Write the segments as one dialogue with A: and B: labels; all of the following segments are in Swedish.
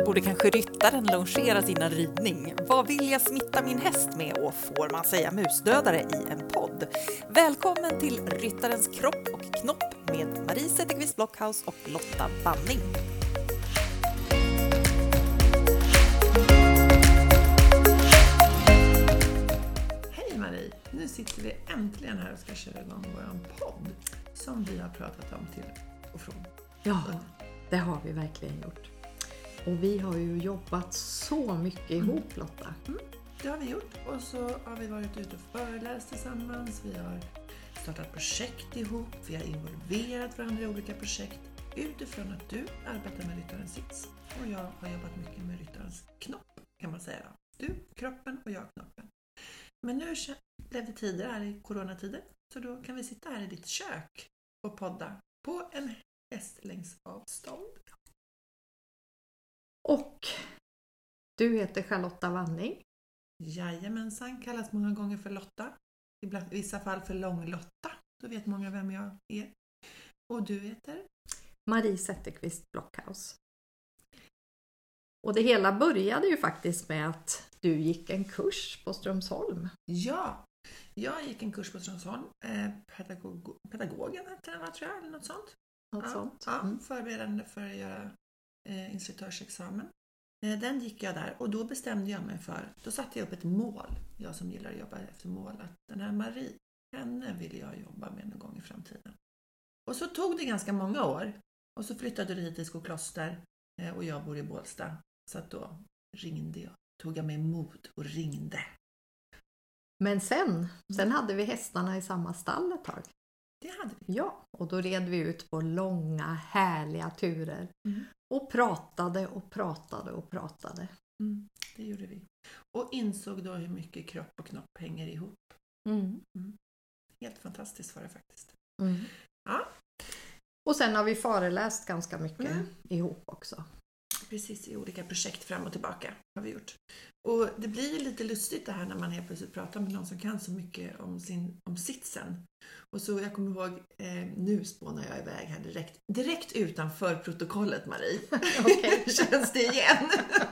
A: Borde kanske ryttaren longera sin ridning? Vad vill jag smitta min häst med och får man säga musdödare i en podd? Välkommen till Ryttarens kropp och knopp med Marie Zetterqvist Blockhaus och Lotta Banning.
B: Hej Marie, nu sitter vi äntligen här och ska köra igång vår podd som vi har pratat om till och från.
C: Ja, det har vi verkligen gjort. Och vi har ju jobbat så mycket ihop, Lotta.
B: Det har vi gjort och så har vi varit ute och föreläst tillsammans. Vi har startat projekt ihop. Vi har involverat varandra i olika projekt utifrån att du arbetar med ryttarens sits. Och jag har jobbat mycket med ryttarens knopp kan man säga. Du, kroppen och jag, knoppen. Men nu blev det tider här i coronatider så då kan vi sitta här i ditt kök och podda på en hästlängds avstånd.
C: Och du heter Charlotta Banning.
B: Jajamensan, kallas många gånger för Lotta. I vissa fall för Lång-Lotta. Då vet många vem jag är. Och du heter?
C: Marie Zetterqvist Blockhaus. Och det hela började ju faktiskt med att du gick en kurs på Strömsholm.
B: Ja, jag gick en kurs på Strömsholm. Pedagogen heter den, tror jag, eller något sånt. Ja, förberedande för att göra instruktörsexamen. Den gick jag där och då bestämde jag mig för, då satte jag upp ett mål, jag som gillar att jobba efter mål, att den här Marie, henne vill jag jobba med någon gång i framtiden. Och så tog det ganska många år och så flyttade du hit till Skokloster och jag bor i Bålsta, så att då ringde jag, tog jag mig mod och ringde.
C: Men sen hade vi hästarna i samma stall ett tag.
B: Det hade vi.
C: Ja, och då red vi ut på långa, härliga turer. Och pratade.
B: Det gjorde vi. Och insåg då hur mycket kropp och knopp hänger ihop. Helt fantastiskt var det faktiskt. Ja.
C: Och sen har vi föreläst ganska mycket ihop också.
B: Precis, i olika projekt fram och tillbaka har vi gjort. Och det blir ju lite lustigt det här när man helt plötsligt pratar med någon som kan så mycket om sitsen. Och så jag kommer ihåg, nu spånar jag iväg här direkt utanför protokollet, Marie.
C: Okej.
B: Känns det igen?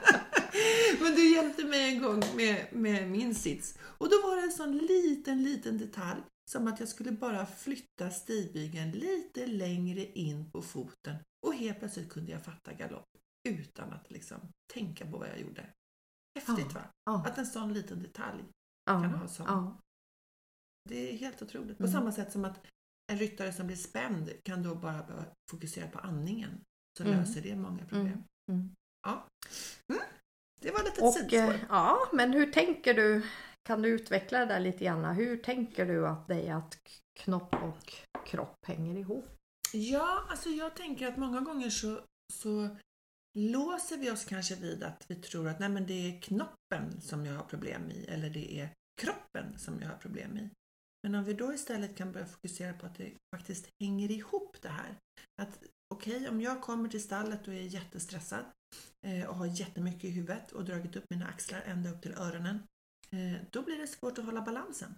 B: Men du hjälpte mig en gång med min sits. Och då var det en sån liten detalj som att jag skulle bara flytta stigbygeln lite längre in på foten. Och helt plötsligt kunde jag fatta galopp utan att liksom tänka på vad jag gjorde. Häftigt va? Att en sån liten detalj kan ha sån. Det är helt otroligt. På samma sätt som att en ryttare som blir spänd kan då bara fokusera på andningen. Så löser det många problem. Ja. Det var lite sidospår.
C: Ja, men hur tänker du? Kan du utveckla det där lite grann? Hur tänker du att knopp och kropp hänger ihop?
B: Ja, alltså jag tänker att många gånger så låser vi oss kanske vid att vi tror att nej, men det är knoppen som jag har problem i eller det är kroppen som jag har problem i. Men om vi då istället kan börja fokusera på att det faktiskt hänger ihop det här. Att okej, om jag kommer till stallet och är jättestressad och har jättemycket i huvudet och dragit upp mina axlar ända upp till öronen, då blir det svårt att hålla balansen.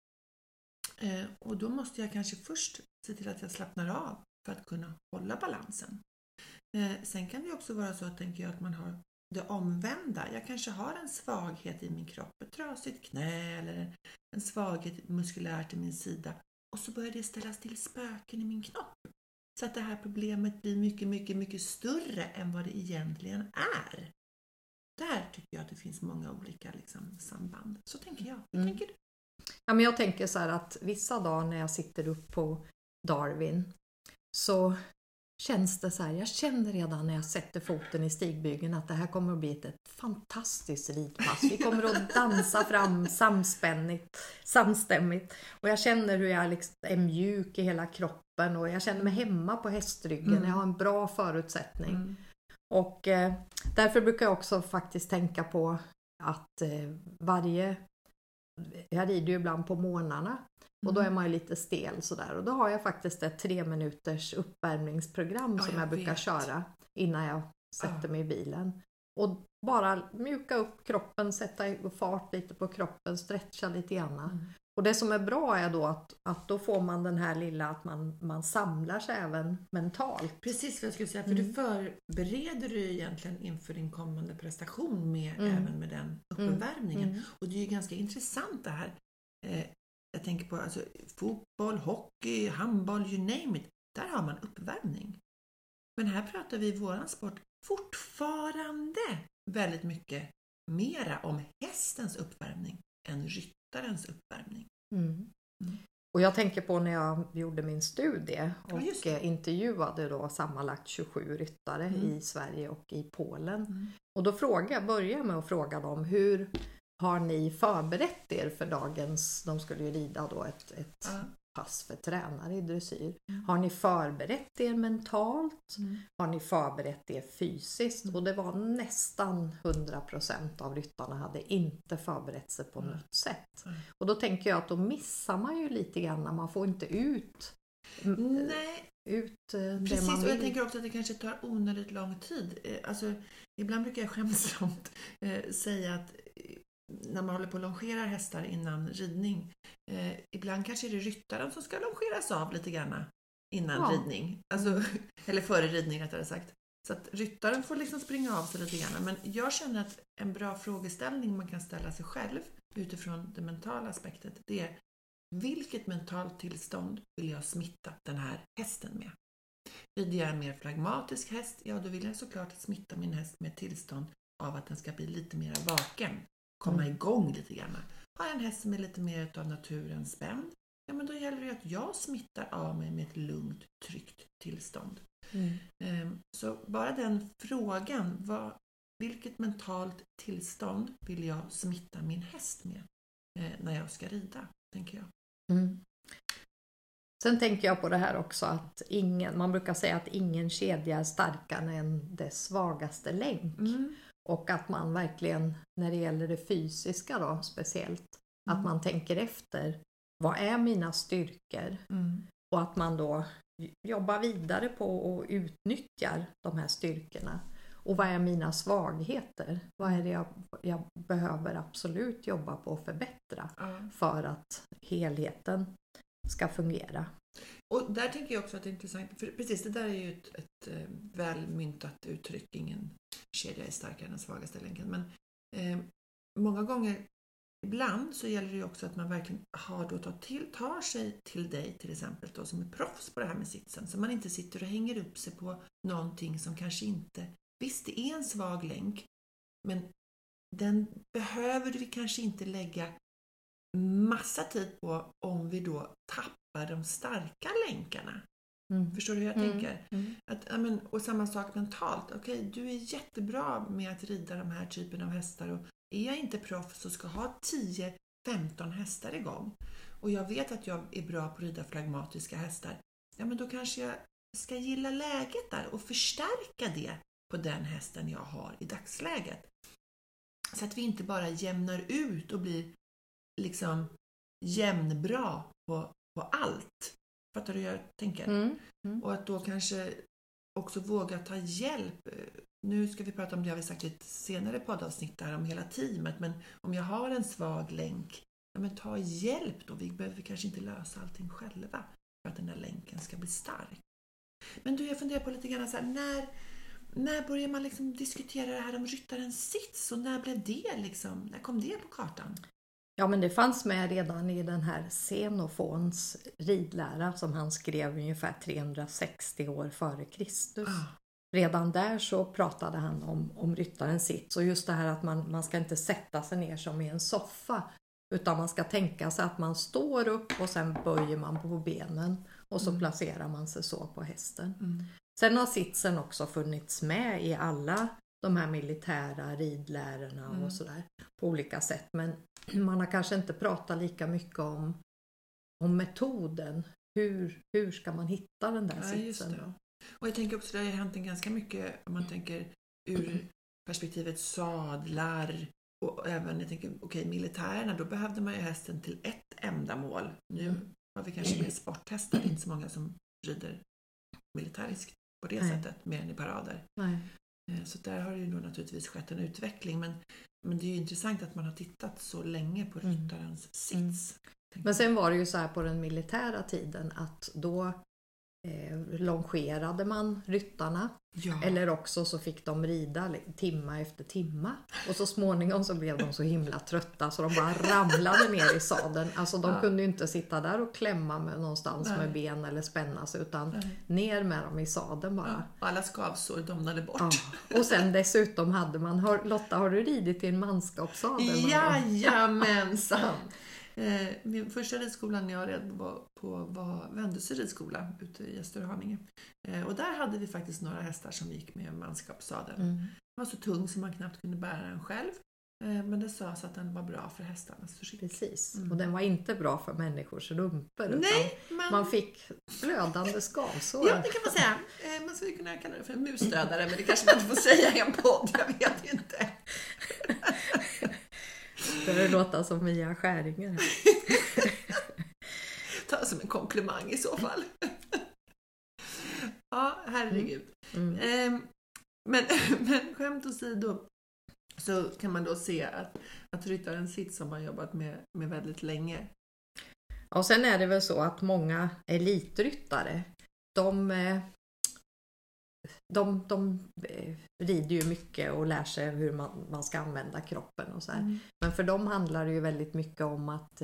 B: Och då måste jag kanske först se till att jag slappnar av för att kunna hålla balansen. Sen kan det också vara så att tänker jag att man har det omvända. Jag kanske har en svaghet i min kropp, ett trasigt knä eller en svaghet muskulärt i min sida. Och så börjar det ställas till spöken i min knopp. Så att det här problemet blir mycket större än vad det egentligen är. Där tycker jag att det finns många olika samband. Så tänker jag. Hur tänker du?
C: Ja, men jag tänker så här att vissa dagar när jag sitter upp på Darwin så känns det så här, jag känner redan när jag sätter foten i stigbygeln att det här kommer att bli ett fantastiskt ridpass. Vi kommer att dansa fram samstämmigt. Och jag känner hur jag är mjuk i hela kroppen och jag känner mig hemma på hästryggen. Jag har en bra förutsättning. Och därför brukar jag också faktiskt tänka på att jag rider ju ibland på morgnarna. Och då är man ju lite stel sådär. Och då har jag faktiskt ett 3 minuters uppvärmningsprogram som jag brukar köra innan jag sätter mig i bilen. Och bara mjuka upp kroppen, sätta fart lite på kroppen, stretcha lite grann. Och det som är bra är då att då får man den här lilla att man samlar sig även mentalt.
B: Precis vad jag skulle säga, för du förbereder du egentligen inför din kommande prestation med även med den uppvärmningen. Och det är ju ganska intressant det här. Jag tänker på alltså, fotboll, hockey, handboll, you name it. Där har man uppvärmning. Men här pratar vi i våran sport fortfarande väldigt mycket mera om hästens uppvärmning än ryttarens uppvärmning.
C: Och jag tänker på när jag gjorde min studie och intervjuade då sammanlagt 27 ryttare i Sverige och i Polen. Och då började med att fråga dem, hur har ni förberett er för dagens, de skulle ju rida då ett pass för tränare i dressyr. Har ni förberett er mentalt? Har ni förberett er fysiskt? Och det var nästan 100% av ryttarna hade inte förberett sig på något sätt. Och då tänker jag att då missar man ju lite grann när man får inte ut
B: Precis,
C: det man vill.
B: och jag tänker också att det kanske tar onödigt lång tid. Alltså, ibland brukar jag skämtsamt säga att när man håller på att longera hästar innan ridning, ibland kanske är det ryttaren som ska longeras av lite grann innan ridning. Alltså, eller före ridning rättare sagt. Så att ryttaren får liksom springa av sig lite grann. Men jag känner att en bra frågeställning man kan ställa sig själv utifrån det mentala aspektet, det är: vilket mentalt tillstånd vill jag smitta den här hästen med? Rider jag en mer flagmatisk häst, ja då vill jag såklart smitta min häst med tillstånd av att den ska bli lite mer vaken. Komma igång lite grann. Har jag en häst som är lite mer av naturen spänd, ja men då gäller det att jag smittar av mig med ett lugnt, tryggt tillstånd. Så bara den frågan, vilket mentalt tillstånd vill jag smitta min häst med när jag ska rida, tänker jag.
C: Sen tänker jag på det här också att man brukar säga att ingen kedja är starkare än dess svagaste länk. Och att man verkligen, när det gäller det fysiska då speciellt, att man tänker efter, vad är mina styrkor? Och att man då jobbar vidare på och utnyttjar de här styrkorna. Och vad är mina svagheter? Vad är det jag behöver absolut jobba på att förbättra för att helheten ska fungera?
B: Och där tänker jag också att det är intressant, för precis det där är ju ett väl myntat uttryck, ingen kedja är starkare än den svagaste länken. Men många gånger, ibland så gäller det ju också att man verkligen tar sig till dig till exempel då, som är proffs på det här med sitsen. Så man inte sitter och hänger upp sig på någonting som kanske inte, visst det är en svag länk, men den behöver vi kanske inte lägga massa tid på om vi då tappar de starka länkarna. Förstår du hur jag tänker? Och samma sak mentalt. Okej, du är jättebra med att rida de här typen av hästar, och är jag inte proffs så ska ha 10-15 hästar igång. Och jag vet att jag är bra på att rida flagmatiska hästar. Ja, men då kanske jag ska gilla läget där och förstärka det på den hästen jag har i dagsläget. Så att vi inte bara jämnar ut och blir liksom jämnbra på allt. Fattar du hur jag tänker? Och att då kanske också våga ta hjälp. Nu ska vi prata om det, har vi sagt i ett senare poddavsnitt där om hela teamet. Men om jag har en svag länk, ja men ta hjälp då. Vi behöver kanske inte lösa allting själva för att den här länken ska bli stark. Men du, jag funderar på lite grann så här, när börjar man liksom diskutera det här om ryttarens sits, och när blev det liksom, när kom det på kartan?
C: Ja, men det fanns med redan i den här Xenofons ridlära som han skrev ungefär 360 år före Kristus. Redan där så pratade han om ryttarens sits, och just det här att man ska inte sätta sig ner som i en soffa, utan man ska tänka sig att man står upp och sen böjer man på benen och så placerar man sig så på hästen. Sen har sitsen också funnits med i alla de här militära ridlärarna och sådär på olika sätt, men man har kanske inte pratat lika mycket om metoden. Hur ska man hitta den där sitsen då?
B: Och jag tänker också att det har hänt ganska mycket om man tänker ur perspektivet sadlar, och även jag tänker militärerna, då behövde man ju hästen till ett ändamål. Nu har vi kanske mer sporthästar, det är inte så många som rider militäriskt på det sättet, mer än i parader. Så där har det ju då naturligtvis skett en utveckling, men det är ju intressant att man har tittat så länge på ryttarens sits.
C: Men sen var det ju så här på den militära tiden att då longerade man ryttarna.
B: Ja.
C: Eller också så fick de rida timma efter timma. Och så småningom så blev de så himla trötta så de bara ramlade ner i sadeln. Alltså de kunde ju inte sitta där och klämma med någonstans med ben eller spänna sig utan ner med dem i sadeln bara.
B: Ja. Alla skavsår domnade bort.
C: Ja. Och sen dessutom hade man, Lotta, har du ridit i en manskapssadel?
B: Jajamensan! Min första ridskolan jag red på var Vändöse ridskola ute i Österhaninge. Och där hade vi faktiskt några hästar som gick med manskapssadel. Den var så tung så man knappt kunde bära den själv. Men det sades att den var bra för hästarnas skick.
C: Precis, och den var inte bra för människors rumpor.
B: Nej,
C: man fick blödande skavsår.
B: Ja, det kan man säga. Man skulle kunna kalla det för en musdödare, men det kanske man inte får säga i en podd, jag vet inte.
C: Det låter som Mia Skäringer.
B: Ta som en komplimang i så fall. Ja, herregud. Men skämt åsido så kan man då se att ryttaren Sits som har jobbat med väldigt länge.
C: Och sen är det väl så att många elitryttare de rider ju mycket och lär sig hur man ska använda kroppen och så här. Men för dem handlar det ju väldigt mycket om att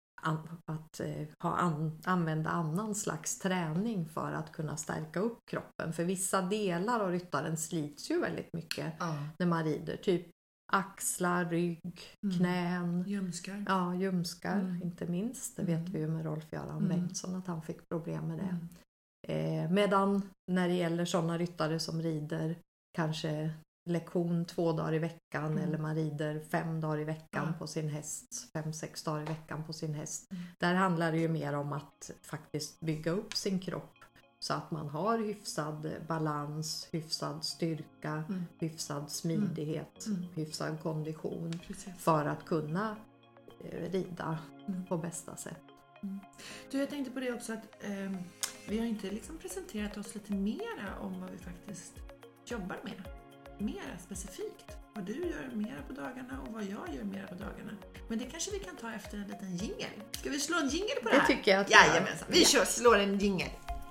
C: använda annan slags träning för att kunna stärka upp kroppen. För vissa delar av ryttaren slits ju väldigt mycket när man rider. Typ axlar, rygg, knän.
B: Ljumskar.
C: Ja, ljumskar inte minst. Det vet vi ju med Rolf-Göran Bengtsson att han fick problem med det. Medan när det gäller sådana ryttare som rider kanske lektion 2 dagar i veckan eller man rider 5 dagar i veckan på sin häst, 5-6 dagar i veckan på sin häst. Där handlar det ju mer om att faktiskt bygga upp sin kropp så att man har hyfsad balans, hyfsad styrka, hyfsad smidighet, hyfsad kondition.
B: Precis.
C: För att kunna rida på bästa sätt.
B: Du, jag tänkte på det också att vi har inte liksom presenterat oss lite mera om vad vi faktiskt jobbar med. Mera specifikt. Vad du gör mera på dagarna och vad jag gör mera på dagarna. Men det kanske vi kan ta efter en liten jingle. Ska vi slå en jingle på det här?
C: Det tycker jag att
B: Jajamensan, vi slår en jingle.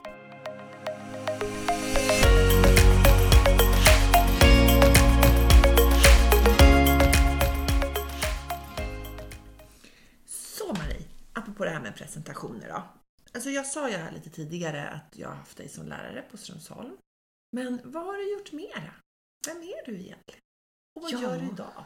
B: Så Marie, apropå det här med presentationer då. Alltså jag sa ju här lite tidigare att jag har haft dig som lärare på Strömsholm. Men vad har du gjort mera? Vem är du egentligen? Och vad gör du idag?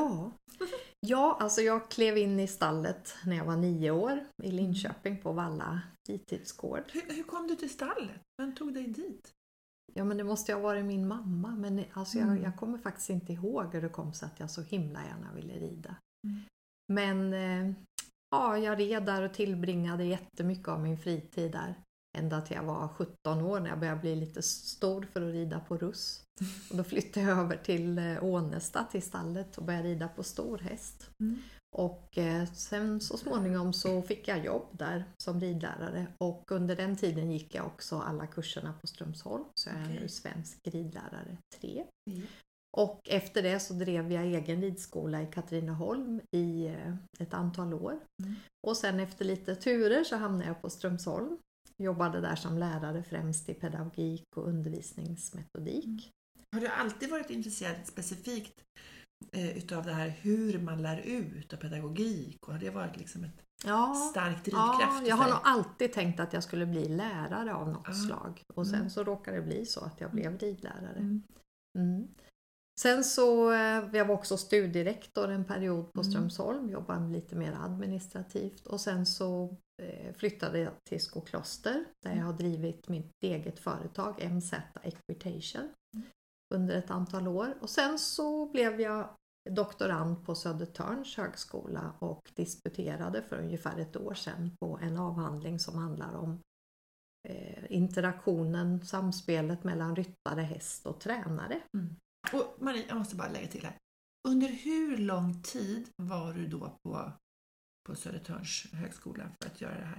C: Ja, alltså jag klev in i stallet när jag var 9 år i Linköping på Valla fritidsgård.
B: Hur kom du till stallet? Vem tog dig dit?
C: Ja, men det måste ju ha varit min mamma. Men alltså jag kommer faktiskt inte ihåg hur det kom så att jag så himla gärna ville rida. Men jag red där och tillbringade jättemycket av min fritid där. Ända till jag var 17 år när jag började bli lite stor för att rida på russ. Och då flyttade jag över till Ånesta till stallet och började rida på stor häst. Och sen så småningom så fick jag jobb där som ridlärare. Och under den tiden gick jag också alla kurserna på Strömsholm. Så jag är nu svensk ridlärare 3. Och efter det så drev jag egen ridskola i Katrineholm i ett antal år. Och sen efter lite turer så hamnade jag på Strömsholm. Jobbade där som lärare främst i pedagogik och undervisningsmetodik.
B: Har du alltid varit intresserad specifikt utav det här hur man lär ut och pedagogik? Och har det varit liksom ett starkt drivkraft?
C: Ja, jag har nog alltid tänkt att jag skulle bli lärare av något slag. Och sen så råkade det bli så att jag blev ridlärare. Sen så, jag var också studierektor en period på Strömsholm, jobbade lite mer administrativt och sen så flyttade jag till Skokloster där jag har drivit mitt eget företag MZ Equitation under ett antal år och sen så blev jag doktorand på Södertörns högskola och disputerade för ungefär ett år sedan på en avhandling som handlar om interaktionen, samspelet mellan ryttare, häst och tränare.
B: Och Marie, jag måste bara lägga till här. Under hur lång tid var du då på Södertörns högskola för att göra det här?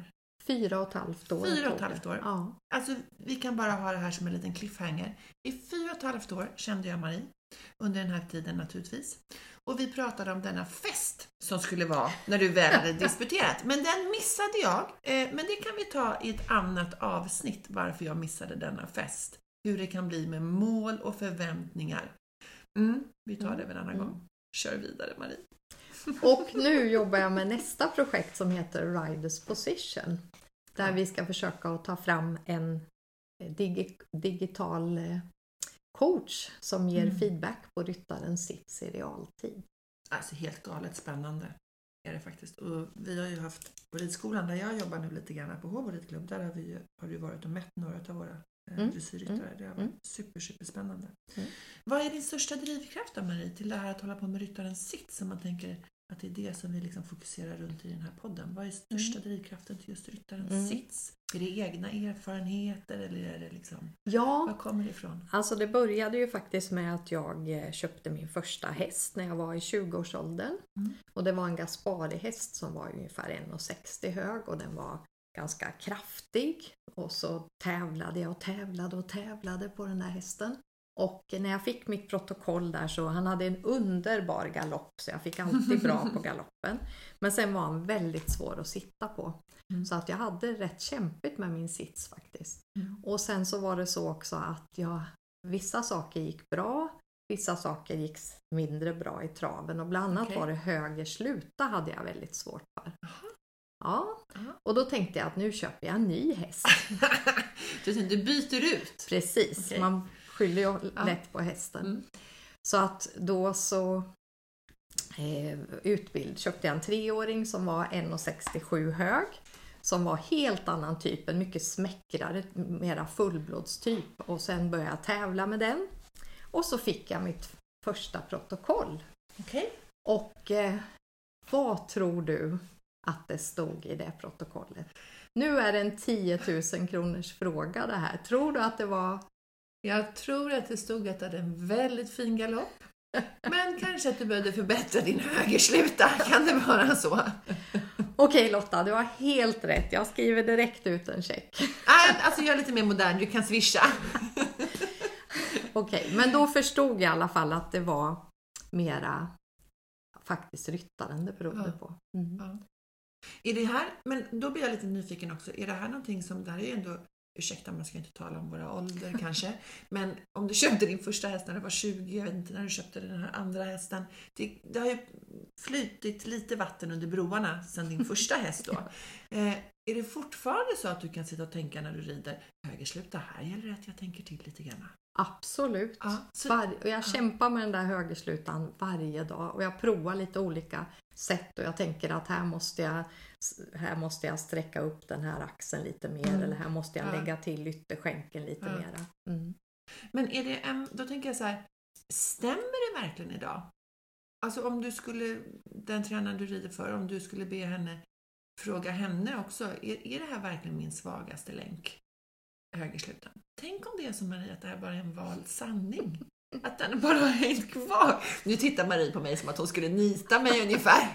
C: 4,5 år.
B: 4,5 år.
C: Ja.
B: Alltså vi kan bara ha det här som en liten cliffhanger. I 4,5 år kände jag Marie. Under den här tiden naturligtvis. Och vi pratade om denna fest som skulle vara när du väl hade disputerat. Men den missade jag. Men det kan vi ta i ett annat avsnitt varför jag missade denna fest. Hur det kan bli med mål och förväntningar. Vi tar det en annan gång. Kör vidare Marie.
C: Och nu jobbar jag med nästa projekt som heter Riders Position. Där vi ska försöka att ta fram en digital coach som ger feedback på ryttarens sits i realtid.
B: Alltså helt galet spännande är det faktiskt. Och vi har ju haft på ridskolan där jag jobbar nu lite grann på Håbo ridklubb. Där har vi varit och mätt några av våra dressyrryttare. Det har varit superspännande. Vad är din största drivkraft då Marie till det här att hålla på med ryttarens sits som man tänker att det är det som vi liksom fokuserar runt i den här podden? Vad är största drivkraften till just ryttarens sits? Är det egna erfarenheter eller är det liksom...
C: Ja,
B: var kommer det ifrån?
C: Alltså det började ju faktiskt med att jag köpte min första häst när jag var i 20-årsåldern. Och det var en Gaspari-häst som var ungefär 1,60 hög och den var ganska kraftig. Och så tävlade jag och tävlade på den där hästen. Och när jag fick mitt protokoll där så han hade en underbar galopp så jag fick alltid bra på galoppen. Men sen var han väldigt svår att sitta på. Så att jag hade rätt kämpigt med min sits faktiskt. Och sen så var det så också att vissa saker gick bra, vissa saker gick mindre bra i traven. Och bland annat var det högersluta hade jag väldigt svårt för. Ja, och då tänkte jag att nu köper jag en ny häst.
B: Du byter ut?
C: Precis, man skyller ju lätt på hästen. Så att då så köpte jag en 3-åring som var 1,67 hög. Som var helt annan typ, en mycket smäckrare, mera fullblodstyp. Och sen började jag tävla med den. Och så fick jag mitt första protokoll. Och vad tror du att det stod i det protokollet? Nu är det en 10 000 kronors fråga det här. Tror du att det var...
B: Jag tror att det stod att det hade en väldigt fin galopp. Men kanske att du behövde förbättra din högersluta. Kan det vara så?
C: Okej Lotta, du har helt rätt. Jag skriver direkt ut en check.
B: Alltså jag är lite mer modern. Du kan swisha.
C: Okej, men då förstod jag i alla fall att det var mera faktiskt ryttaren det berodde på.
B: Är det här, men då blir jag lite nyfiken också. Är det här någonting som, det här är ju ändå, ursäkta man ska inte tala om våra ålder kanske, men om du köpte din första häst när du var 20, jag vet inte när du köpte den här andra hästen, det har ju flytit lite vatten under broarna sedan din första häst då. Är det fortfarande så att du kan sitta och tänka när du rider, högersluta här gäller det att jag tänker till lite grann?
C: Absolut. Och jag kämpar med den där högerslutan varje dag och jag provar lite olika sätt och jag tänker att här måste jag sträcka upp den här axeln lite mer eller här måste jag lägga till ytterskänken lite mera.
B: Men är det då tänker jag så här, stämmer det verkligen idag? Alltså om du skulle, den tränaren du rider för, om du skulle be henne fråga henne också, är det här verkligen min svagaste länk? Högerslutan. Tänk om det är som Marie att det här bara är en vald sanning. Att den bara har hängt kvar. Nu tittar Marie på mig som att hon skulle nita mig ungefär.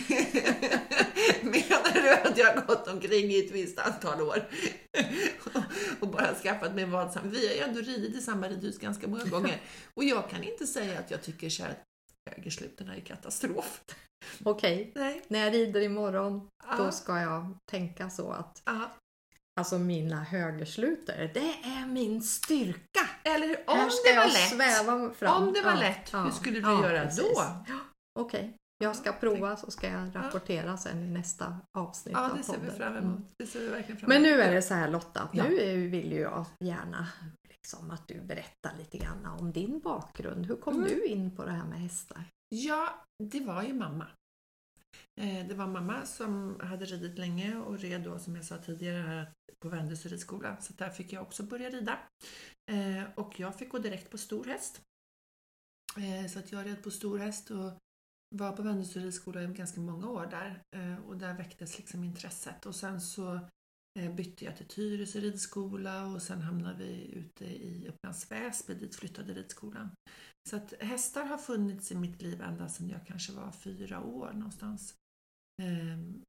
B: Menar du att jag har gått omkring i ett visst antal år och bara skaffat mig en vald sanning? Vi har ju ändå ridit i samma ridhus ganska många gånger. Och jag kan inte säga att jag tycker så här att högerslutorna är katastrof.
C: Okej. När jag rider imorgon då ska jag tänka så att alltså mina högerslutor, det är min styrka.
B: Eller hur?
C: Om det var lätt. Sväva fram.
B: Om det var lätt, hur skulle du göra då?
C: Okej, jag ska prova så ska jag rapportera sen i nästa avsnitt av podden.
B: Ja, det ser vi fram emot. Det ser vi verkligen fram
C: emot. Men nu är det så här Lotta, att nu vill ju jag gärna liksom att du berättar lite grann om din bakgrund. Hur kom du in på det här med hästar?
B: Ja, det var ju mamma. Det var mamma som hade ridit länge och red då, som jag sa tidigare här, på Vändelsö ridskola. Så där fick jag också börja rida. Och jag fick gå direkt på stor häst. Så att jag red på stor häst och var på Vändelsö ridskola i ganska många år där. Och där väcktes liksom intresset. Och sen så bytte jag till Tyresö ridskola och sen hamnade vi ute i Upplands Väsby, dit flyttade ridskolan. Så att hästar har funnits i mitt liv ända sedan jag kanske var 4 år någonstans.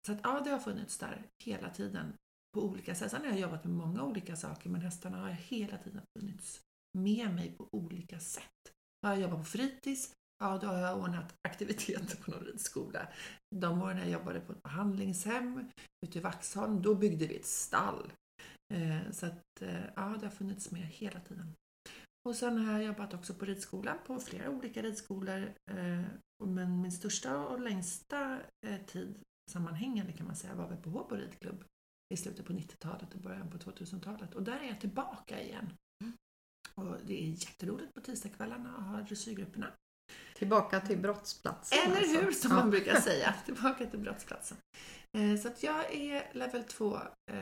B: Så att det har funnits där hela tiden på olika sätt. Sen har jag jobbat med många olika saker, men hästarna har hela tiden funnits med mig på olika sätt. Har jag jobbat på fritids, då har jag ordnat aktiviteter på någon ridskola. De åren jag jobbade på ett behandlingshem ute i Vaxholm, då byggde vi ett stall. Så att det har funnits med hela tiden. Och sen har jag jobbat också på ridskolan, på flera olika ridskolor. Men min största och längsta tid sammanhängande kan man säga var väl på Håbo ridklubb i slutet på 90-talet och början på 2000-talet. Och där är jag tillbaka igen. Och det är jätteroligt på tisdagskvällarna att ha dressyrgrupperna.
C: Tillbaka till brottsplatsen.
B: Eller hur, som man brukar säga. Tillbaka till brottsplatsen. Så att jag är level 2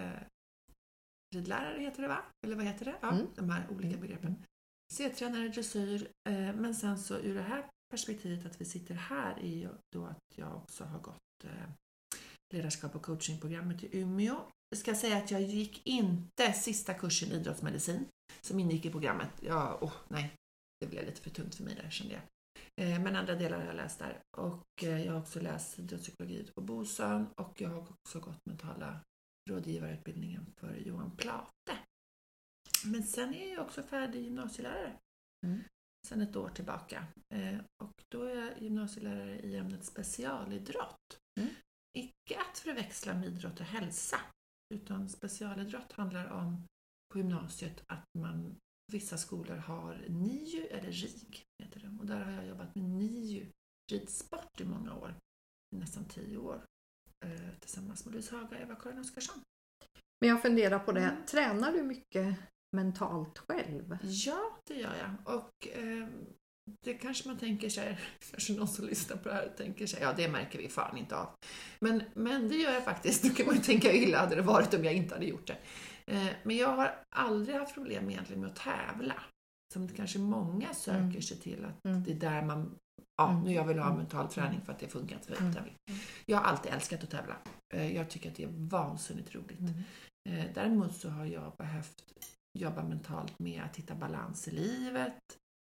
B: ridlärare heter det, va? Eller vad heter det? Ja, de här olika begreppen. C-tränare, dressyr. Men sen så ur det här perspektivet att vi sitter här är ju då att jag också har gått ledarskap och coachingprogrammet i Umeå. Jag ska säga att jag gick inte sista kursen idrottsmedicin som ingick i programmet. Nej, det blev lite för tungt för mig där, kände jag. Men andra delar har jag läst där. Och jag har också läst idrottspsykologi på Bosön och jag har också gått mentala rådgivarutbildningen för Johan Plate. Men sen är jag också färdig gymnasielärare. Sen ett år tillbaka. Och då är jag gymnasielärare i ämnet specialidrott. Icke att förväxla med idrott och hälsa. Utan specialidrott handlar om på gymnasiet att vissa skolor har NIU eller RIG heter det. Och där har jag jobbat med NIU, ridsport i många år. Nästan 10 år. Tillsammans med Louise Haga och Eva-Karin Oskarsson.
C: Men jag funderar på det. Tränar du mycket mentalt själv?
B: Ja, det gör jag. Och det kanske man tänker sig, kanske någon som lyssnar på det här tänker sig, det märker vi fan inte av. Men det gör jag faktiskt. Då kan man ju tänka illa hade det varit om jag inte hade gjort det. Men jag har aldrig haft problem egentligen med att tävla. Som kanske många söker sig till att det är där man nu jag vill ha mental träning för att det funkar inte för tävling. Jag har alltid älskat att tävla. Jag tycker att det är vansinnigt roligt. Däremot så har jag behövt jobba mentalt med att hitta balans i livet.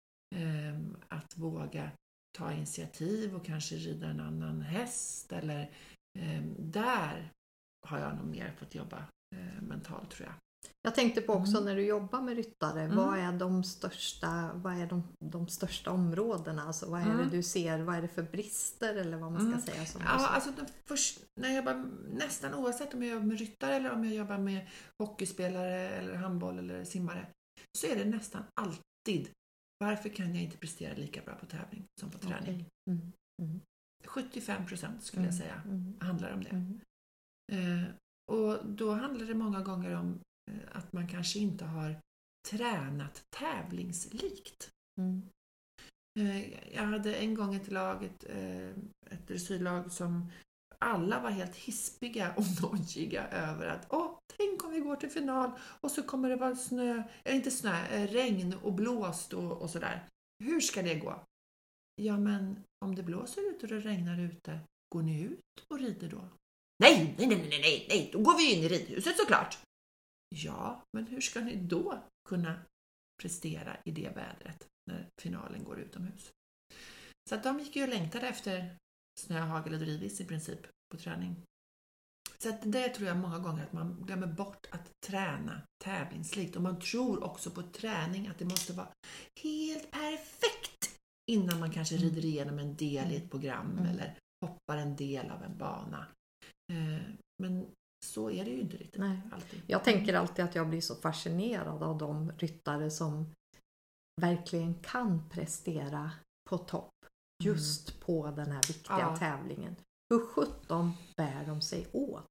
B: Att våga ta initiativ och kanske rida en annan häst. Eller där har jag nog mer fått jobba mentalt, tror jag.
C: Jag tänkte på också när du jobbar med ryttare, vad är de största områdena? Alltså, vad är det du ser? Vad är det för brister eller vad man ska säga?
B: Alltså när jag jobbar, nästan oavsett om jag jobbar med ryttare eller om jag jobbar med hockeyspelare eller handboll eller simmare, så är det nästan alltid, varför kan jag inte prestera lika bra på tävling som på träning? 75% skulle jag säga handlar om det. Och då handlar det många gånger om att man kanske inte har tränat tävlingslikt. Jag hade en gång ett lag, ett dressyrlag som alla var helt hispiga och nojiga över att tänk om vi går till final och så kommer det vara regn och blåst och sådär. Hur ska det gå? Ja, men om det blåser ute och det regnar ute, går ni ut och rider då? Nej, då går vi in i ridhuset såklart. Ja, men hur ska ni då kunna prestera i det vädret när finalen går utomhus? Så att de gick ju och längtade efter snö, hagel och drivis i princip på träning. Så att det tror jag många gånger att man glömmer bort att träna tävlingslikt. Och man tror också på träning att det måste vara helt perfekt innan man kanske rider igenom en del i ett program eller hoppar en del av en bana. Men så är det ju inte riktigt.
C: Nej.
B: Alltid.
C: Jag tänker alltid att jag blir så fascinerad av de ryttare som verkligen kan prestera på topp just på den här viktiga tävlingen. Hur 17 bär de sig åt?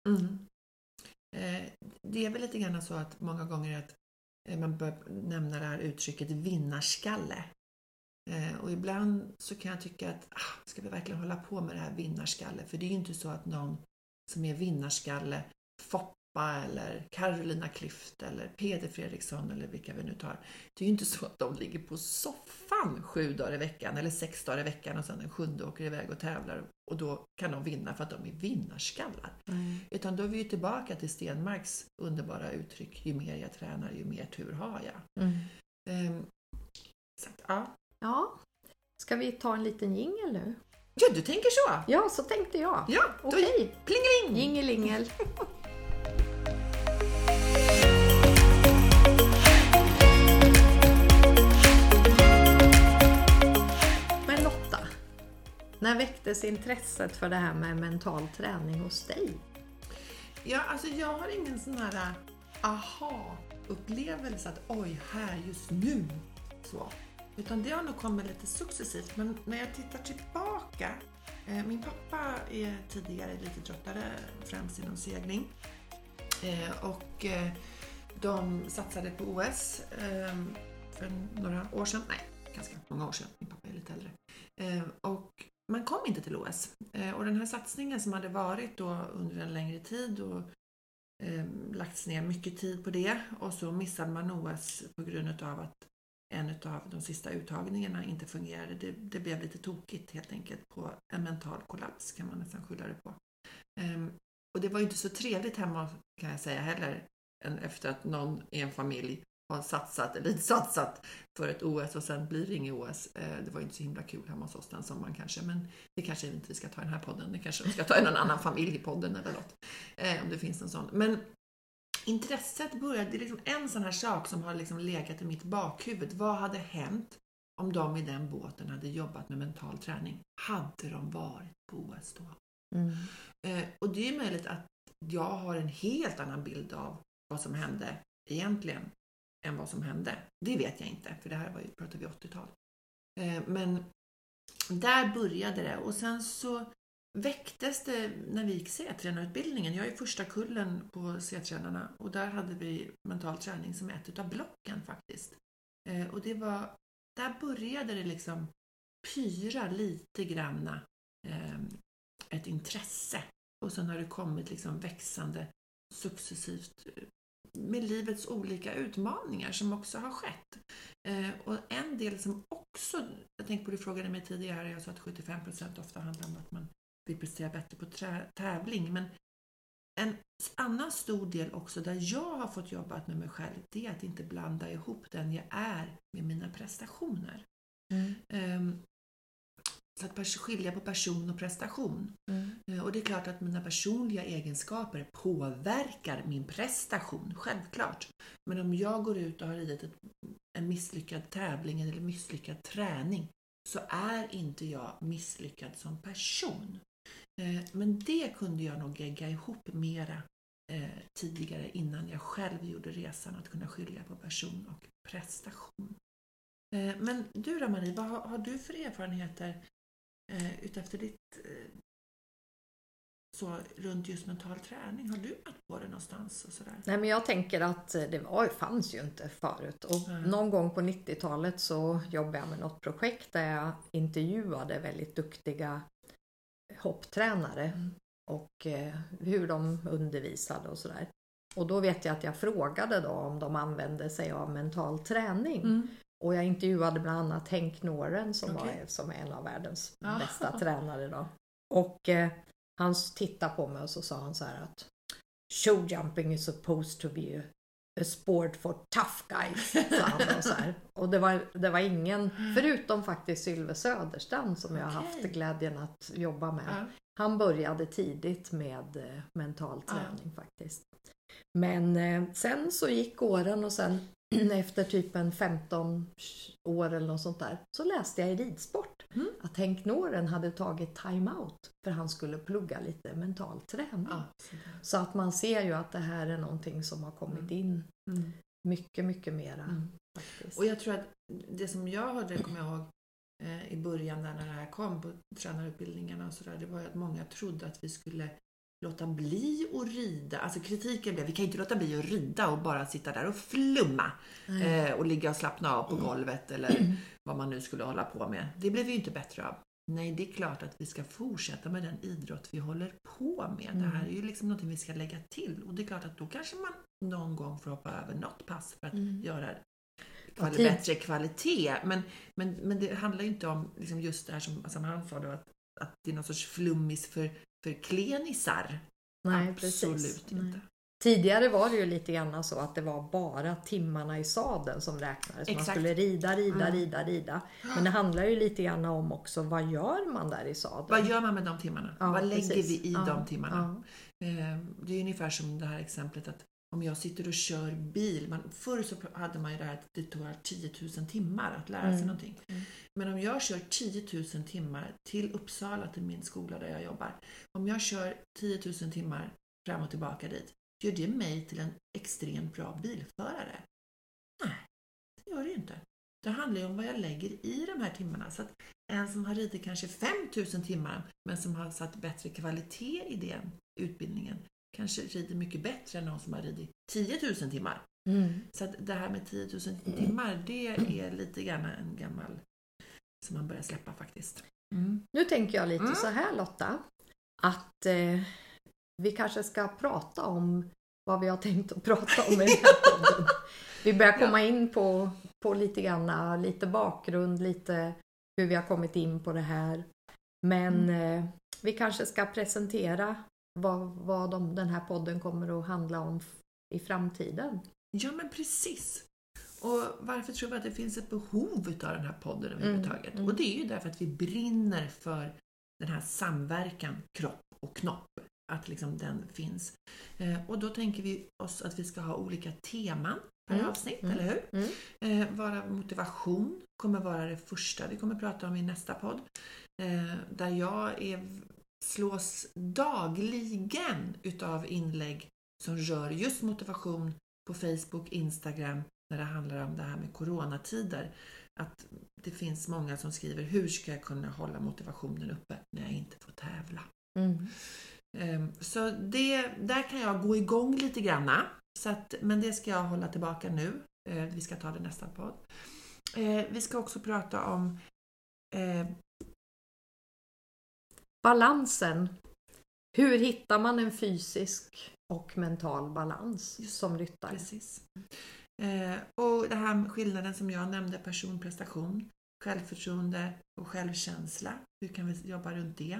B: Det är väl lite grann så att många gånger att man bör nämna det här uttrycket vinnarskalle. Och ibland så kan jag tycka att ska vi verkligen hålla på med det här vinnarskalle? För det är ju inte så att någon som är vinnarskalle, Foppa eller Carolina Klüft eller Peder Fredriksson eller vilka vi nu tar. Det är ju inte så att de ligger på soffan 7 dagar i veckan eller 6 dagar i veckan och sen den 7:e åker iväg och tävlar och då kan de vinna för att de är vinnarskallar. Utan då är vi ju tillbaka till Stenmarks underbara uttryck, ju mer jag tränar ju mer tur har jag. Så att,
C: Ja, ska vi ta en liten jingle nu?
B: Ja, du tänker så.
C: Ja, så tänkte jag.
B: Ja,
C: Okej.
B: Plingeling!
C: Jingelingel. Men Lotta, när väcktes intresset för det här med mental träning hos dig?
B: Ja, alltså jag har ingen sån här aha-upplevelse att oj, här just nu. Så. Utan det har nog kommit lite successivt. Men när jag tittar tillbaka, min pappa är tidigare elitidrottare, främst inom segling. Och de satsade på OS för några år sedan. Nej, ganska många år sedan. Min pappa är lite äldre. Och man kom inte till OS. Och den här satsningen som hade varit då under en längre tid och lagts ner mycket tid på det. Och så missade man OS på grund av att en av de sista uttagningarna inte fungerade. Det blev lite tokigt helt enkelt på en mental kollaps, kan man nästan skylla det på. Och det var ju inte så trevligt hemma, kan jag säga heller, än efter att någon i en familj har satsat för ett OS och sen blir det inget OS. Det var ju inte så himla kul hemma hos oss den sommaren kanske, men det kanske inte vi ska ta i den här podden. Det kanske vi ska ta i någon annan familj i podden eller något, om det finns en sån. Men intresset började, det är liksom en sån här sak som har liksom legat i mitt bakhuvud. Vad hade hänt om de i den båten hade jobbat med mental träning? Hade de varit på OS då? Och det är möjligt att jag har en helt annan bild av vad som hände egentligen än vad som hände. Det vet jag inte, för det här pratar vi 80-tal. Men där började det, och sen så väcktes det när vi gick C-tränarutbildningen. Jag är första kullen på C-tränarna och där hade vi mental träning som ett utav blocken faktiskt. Och det var, där började det liksom pyra lite granna ett intresse. Och sen har det kommit liksom växande successivt med livets olika utmaningar som också har skett. Och en del som också, jag tänkte på det, du frågade mig tidigare, jag sa att 75% ofta handlar om att man vill prestera bättre på tävling, men en annan stor del också där jag har fått jobba med mig själv, det är att inte blanda ihop den jag är med mina prestationer. Så att skilja på person och prestation. Och det är klart att mina personliga egenskaper påverkar min prestation, självklart. Men om jag går ut och har ridit en misslyckad tävling eller misslyckad träning, så är inte jag misslyckad som person. Men det kunde jag nog gegga ihop mera tidigare, innan jag själv gjorde resan att kunna skilja på person och prestation. Men du då, Marie, vad har du för erfarenheter utefter ditt så runt just mental träning? Har du varit på det någonstans och sådär?
C: Nej, men jag tänker att det fanns ju inte förut. Och någon gång på 90-talet så jobbade jag med något projekt där jag intervjuade väldigt duktiga hopptränare och hur de undervisade och sådär. Och då vet jag att jag frågade då om de använde sig av mental träning. Och jag intervjuade bland annat Henk Noren som är en av världens bästa tränare då. Och han tittade på mig och så sa han så här att showjumping is supposed to be a sport for tough guys, sa han då så här. Och det var ingen, förutom faktiskt Sylve Söderstrand som jag har haft glädjen att jobba med. Han började tidigt med mental träning faktiskt. Men sen så gick åren och sen efter typ en 15 år eller något sånt där så läste jag i ridsport att Henk Noren hade tagit time-out för han skulle plugga lite mental träning. Så att man ser ju att det här är någonting som har kommit in mycket, mycket mera. Faktiskt.
B: Och jag tror att det som jag hörde, kommer jag ihåg i början när det här kom på tränarutbildningarna och sådär, det var ju att många trodde att vi skulle låta bli att rida. Alltså kritiken blev, vi kan inte låta bli att rida och bara sitta där och flumma och ligga och slappna av på golvet eller vad man nu skulle hålla på med. Det blev vi ju inte bättre av. Nej, det är klart att vi ska fortsätta med den idrott vi håller på med. Det här är ju liksom något vi ska lägga till. Och det är klart att då kanske man någon gång får hoppa över något pass för att göra bättre kvalitet. Men det handlar ju inte om liksom just det här som han sa då, att det är någon sorts flummis för klenisar.
C: Nej,
B: absolut
C: precis.
B: inte.
C: Tidigare var det ju lite grann så att det var bara timmarna i sadeln som räknades.
B: Exakt.
C: Man skulle rida. Men det handlar ju lite grann om också, vad gör man där i sadeln?
B: Vad gör man med de timmarna?
C: Ja,
B: vad lägger
C: precis.
B: vi i de timmarna?
C: Ja.
B: Det är ungefär som det här exemplet att om jag sitter och kör bil. Förr så hade man ju det här att det tog 10 000 timmar att lära sig någonting. Men om jag kör 10 000 timmar till Uppsala, till min skola där jag jobbar. Om jag kör 10 000 timmar fram och tillbaka dit. Gör det mig till en extremt bra bilförare? Nej, det gör det ju inte. Det handlar ju om vad jag lägger i de här timmarna. Så att en som har ridit kanske 5 000 timmar men som har satt bättre kvalitet i den utbildningen kanske rider mycket bättre än någon som har ridit 10 000 timmar. Så att det här med 10 000 timmar, det är lite grann en gammal som man börjar släppa faktiskt.
C: Nu tänker jag lite så här, Lotta, att vi kanske ska prata om vad vi har tänkt att prata om i den här podden. Vi börjar komma in på lite grann, lite bakgrund, lite hur vi har kommit in på det här. Men vi kanske ska presentera vad den här podden kommer att handla om i framtiden.
B: Ja, men precis. Och varför tror vi att det finns ett behov av den här podden överhuvudtaget? Och det är ju därför att vi brinner för den här samverkan kropp och knopp. Att liksom den finns. Och då tänker vi oss att vi ska ha olika teman per avsnitt, eller hur? Varav motivation kommer vara det första vi kommer prata om i nästa podd. Där jag slås dagligen utav inlägg som rör just motivation på Facebook, Instagram, när det handlar om det här med coronatider. Att det finns många som skriver, hur ska jag kunna hålla motivationen uppe när jag inte får tävla? Så där kan jag gå igång lite granna. Men det ska jag hålla tillbaka nu. Vi ska ta det nästa podd. Vi ska också prata om
C: balansen. Hur hittar man en fysisk och mental balans som ryttare?
B: Precis. Och det här med skillnaden som jag nämnde, personprestation, självförtroende och självkänsla. Hur kan vi jobba runt det?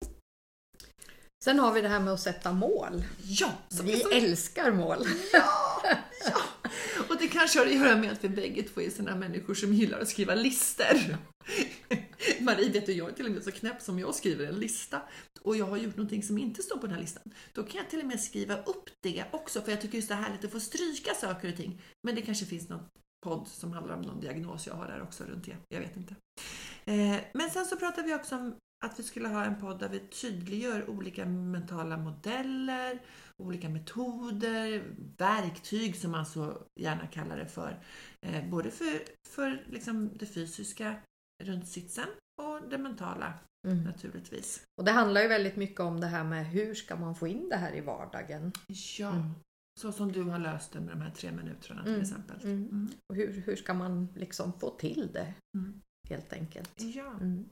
C: Sen har vi det här med att sätta mål.
B: Ja!
C: Vi älskar mål.
B: Ja! Och det kanske har att göra med att vi bägge två är sådana människor som gillar att skriva listor. Marie, vet du, jag är till och med så knäpp som jag skriver en lista och jag har gjort någonting som inte står på den här listan. Då kan jag till och med skriva upp det också, för jag tycker just det här lite att få stryka saker och ting. Men det kanske finns någon podd som handlar om någon diagnos jag har där också runt det. Jag vet inte. Men sen så pratar vi också om att vi skulle ha en podd där vi tydliggör olika mentala modeller, olika metoder, verktyg som man så gärna kallar det för. Både för liksom det fysiska runt sitsen och det mentala naturligtvis.
C: Och det handlar ju väldigt mycket om det här med hur ska man få in det här i vardagen.
B: Ja, så som du har löst det med de här 3 minuterna till exempel.
C: Och hur ska man liksom få till det helt enkelt.
B: Ja.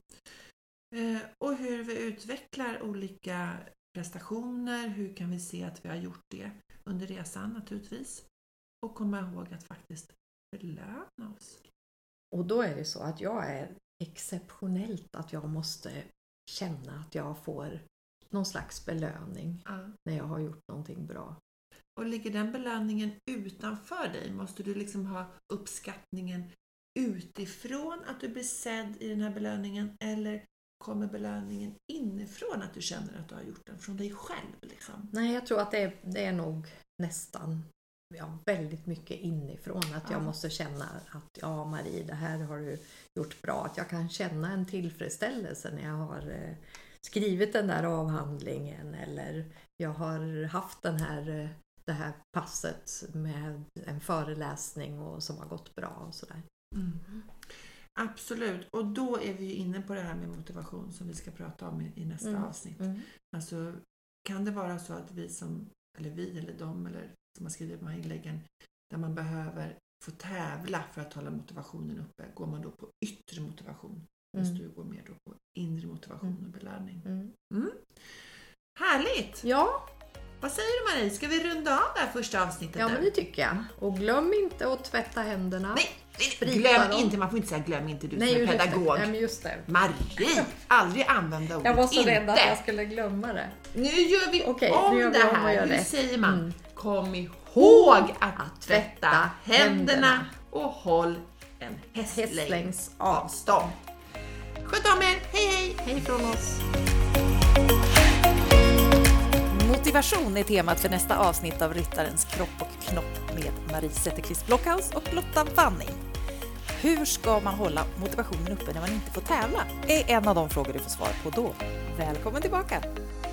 B: Och hur vi utvecklar olika prestationer, hur kan vi se att vi har gjort det under resan naturligtvis. Och komma ihåg att faktiskt belöna oss.
C: Och då är det så att jag är exceptionellt att jag måste känna att jag får någon slags belöning när jag har gjort någonting bra.
B: Och ligger den belöningen utanför dig, måste du liksom ha uppskattningen utifrån att du blir sedd i den här belöningen, eller kommer belöningen inifrån att du känner att du har gjort den från dig själv liksom?
C: Nej, jag tror att det är nog nästan väldigt mycket inifrån att jag måste känna att Marie, det här har du gjort bra, att jag kan känna en tillfredsställelse när jag har skrivit den där avhandlingen, eller jag har haft det här passet med en föreläsning och som har gått bra och sådär.
B: Absolut, och då är vi ju inne på det här med motivation som vi ska prata om i nästa avsnitt. Alltså, kan det vara så att vi eller de som har skrivit de här inläggen, där man behöver få tävla för att hålla motivationen uppe, går man då på yttre motivation, medan du går mer då på inre motivation och belöning. Härligt!
C: Ja.
B: Vad säger du, Marie? Ska vi runda av det här första avsnittet?
C: Ja, men det tycker jag. Och glöm inte att tvätta händerna.
B: Nej, glöm inte. Man får inte säga glöm inte, du som är pedagog.
C: Nej, men just det.
B: Marie, aldrig använda ordet
C: jag var så
B: inte.
C: rädd att jag skulle glömma det.
B: Nu gör vi om det här. Hur säger man? kom ihåg att tvätta händerna och håll en hästlängds avstånd. Sköt om er, hej hej!
C: Hej från oss!
A: Motivation är temat för nästa avsnitt av Ryttarens kropp och knopp med Marie Zetterqvist Blockhaus och Lotta Wanning. Hur ska man hålla motivationen uppe när man inte får tävla? Är en av de frågor du får svar på då. Välkommen tillbaka!